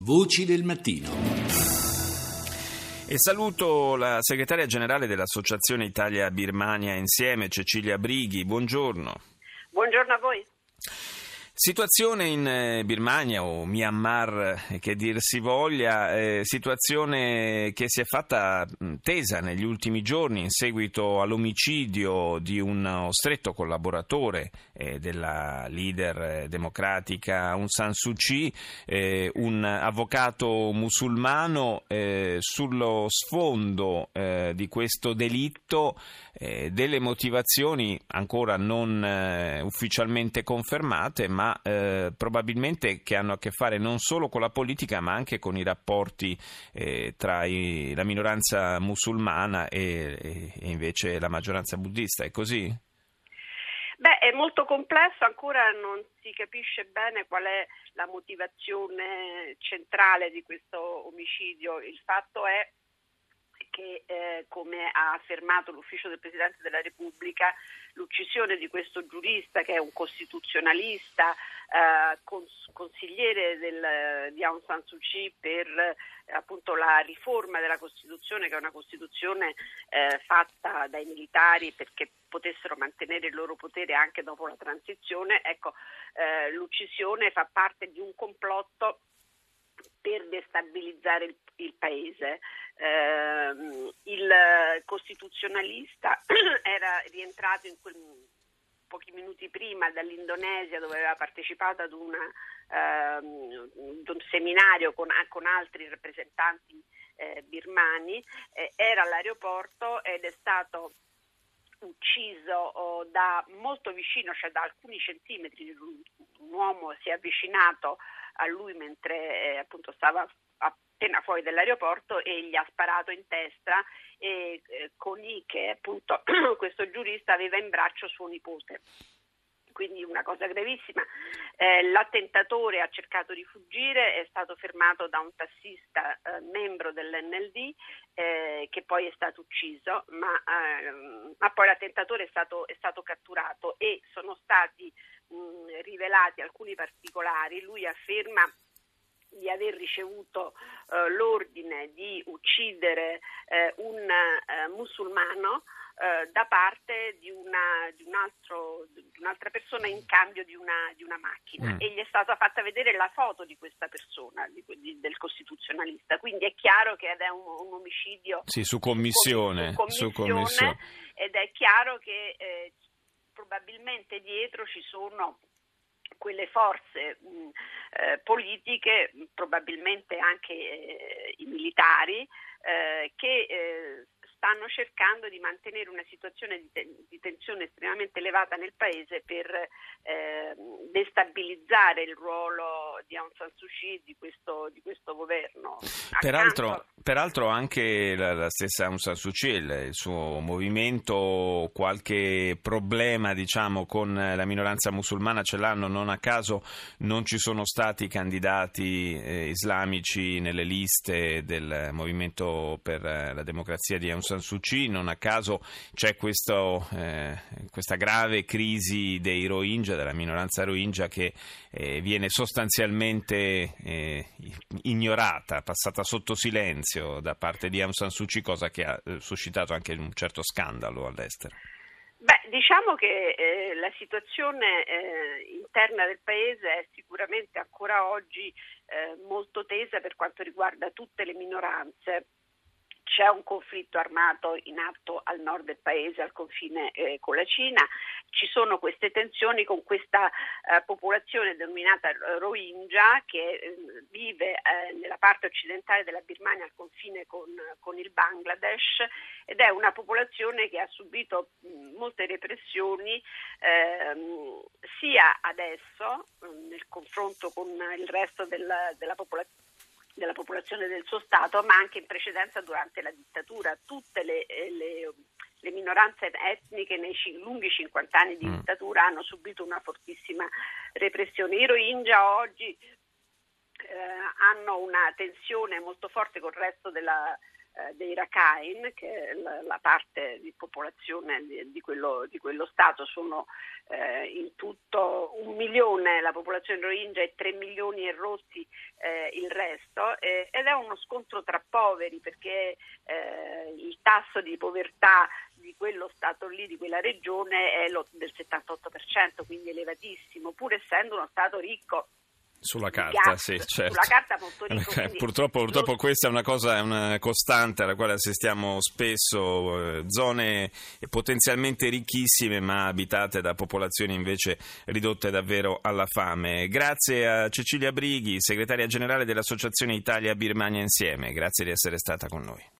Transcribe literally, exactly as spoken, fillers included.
Voci del mattino. E saluto la segretaria generale dell'Associazione Italia-Birmania Insieme, Cecilia Brighi. Buongiorno. Buongiorno a voi. Situazione in Birmania o Myanmar, che dir si voglia, eh, situazione che si è fatta tesa negli ultimi giorni in seguito all'omicidio di uno stretto collaboratore eh, della leader democratica Aung San Suu Kyi, eh, un avvocato musulmano. Eh, sullo sfondo eh, di questo delitto eh, delle motivazioni ancora non eh, ufficialmente confermate, ma Eh, probabilmente che hanno a che fare non solo con la politica ma anche con i rapporti eh, tra i, la minoranza musulmana e, e, e invece la maggioranza buddista. È così? Beh, è molto complesso, ancora non si capisce bene qual è la motivazione centrale di questo omicidio. Il fatto è che, eh, come ha affermato l'ufficio del Presidente della Repubblica, l'uccisione di questo giurista, che è un costituzionalista, eh, cons- consigliere del, di Aung San Suu Kyi per eh, appunto la riforma della Costituzione, che è una Costituzione eh, fatta dai militari perché potessero mantenere il loro potere anche dopo la transizione. Ecco, eh, l'uccisione fa parte di un complotto per destabilizzare il, il paese. Eh, il costituzionalista era rientrato in quel, pochi minuti prima dall'Indonesia, dove aveva partecipato ad, una, eh, un seminario con, con altri rappresentanti eh, birmani, eh, era all'aeroporto ed è stato ucciso oh, da molto vicino, cioè da alcuni centimetri. Un uomo si è avvicinato a lui mentre eh, appunto stava appena fuori dall'aeroporto e gli ha sparato in testa, e eh, Coni, che appunto questo giurista aveva in braccio suo nipote. Quindi una cosa gravissima. Eh, l'attentatore ha cercato di fuggire, è stato fermato da un tassista eh, membro dell'N L D eh, che poi è stato ucciso, ma, eh, ma poi l'attentatore è stato, è stato catturato e sono stati mh, rivelati alcuni particolari. Lui afferma di aver ricevuto eh, l'ordine di uccidere eh, un eh, musulmano eh, da parte di, una, di, un altro, di un'altra persona in cambio di una, di una macchina, mm. e gli è stata fatta vedere la foto di questa persona, di, di, del costituzionalista. Quindi è chiaro che è un, un omicidio sì, su commissione, su, commissione, su commissione, ed è chiaro che eh, probabilmente dietro ci sono quelle forze mh, eh, politiche, probabilmente anche eh, i militari, eh, che eh, stanno cercando di mantenere una situazione di, te- di tensione estremamente elevata nel paese per eh, destabilizzare il ruolo di Aung San Suu Kyi, di questo, di questo governo. Peraltro, Accanto... peraltro anche la, la stessa Aung San Suu Kyi, il, il suo movimento, qualche problema diciamo con la minoranza musulmana ce l'hanno. Non a caso non ci sono stati candidati eh, islamici nelle liste del movimento per la democrazia di Aung San Suu Kyi, non a caso c'è questo, eh, questa grave crisi dei Rohingya, della minoranza Rohingya, che eh, viene sostanzialmente eh, ignorata, passata sotto silenzio da parte di Aung San Suu Kyi, cosa che ha eh, suscitato anche un certo scandalo all'estero. Beh, diciamo che eh, la situazione eh, interna del paese è sicuramente ancora oggi eh, molto tesa per quanto riguarda tutte le minoranze. C'è un conflitto armato in atto al nord del paese, al confine eh, con la Cina. Ci sono queste tensioni con questa eh, popolazione denominata Rohingya, che eh, vive eh, nella parte occidentale della Birmania al confine con, con il Bangladesh, ed è una popolazione che ha subito mh, molte repressioni ehm, sia adesso mh, nel confronto con il resto della, della popolazione della popolazione del suo Stato, ma anche in precedenza durante la dittatura. Tutte le, le, le minoranze etniche nei lunghi cinquanta anni di dittatura hanno subito una fortissima repressione. I Rohingya oggi eh, hanno una tensione molto forte col resto della, eh, dei Rakhine, che è la, la parte di popolazione di, di, quello, di quello stato. Sono eh, in tutto un milione la popolazione Rohingya e tre milioni e rotti eh, il resto, eh, ed è uno scontro tra poveri, perché eh, il tasso di povertà di quello stato lì, di quella regione, è lo, del settantotto per cento, quindi elevatissimo, pur essendo uno stato ricco. Sulla carta, gas, sì, certo. Sulla carta molto ricco. Eh, purtroppo, purtroppo questa è una cosa, è una costante alla quale assistiamo spesso, eh, zone potenzialmente ricchissime ma abitate da popolazioni invece ridotte davvero alla fame. Grazie a Cecilia Brighi, segretaria generale dell'Associazione Italia Birmania Insieme, grazie di essere stata con noi.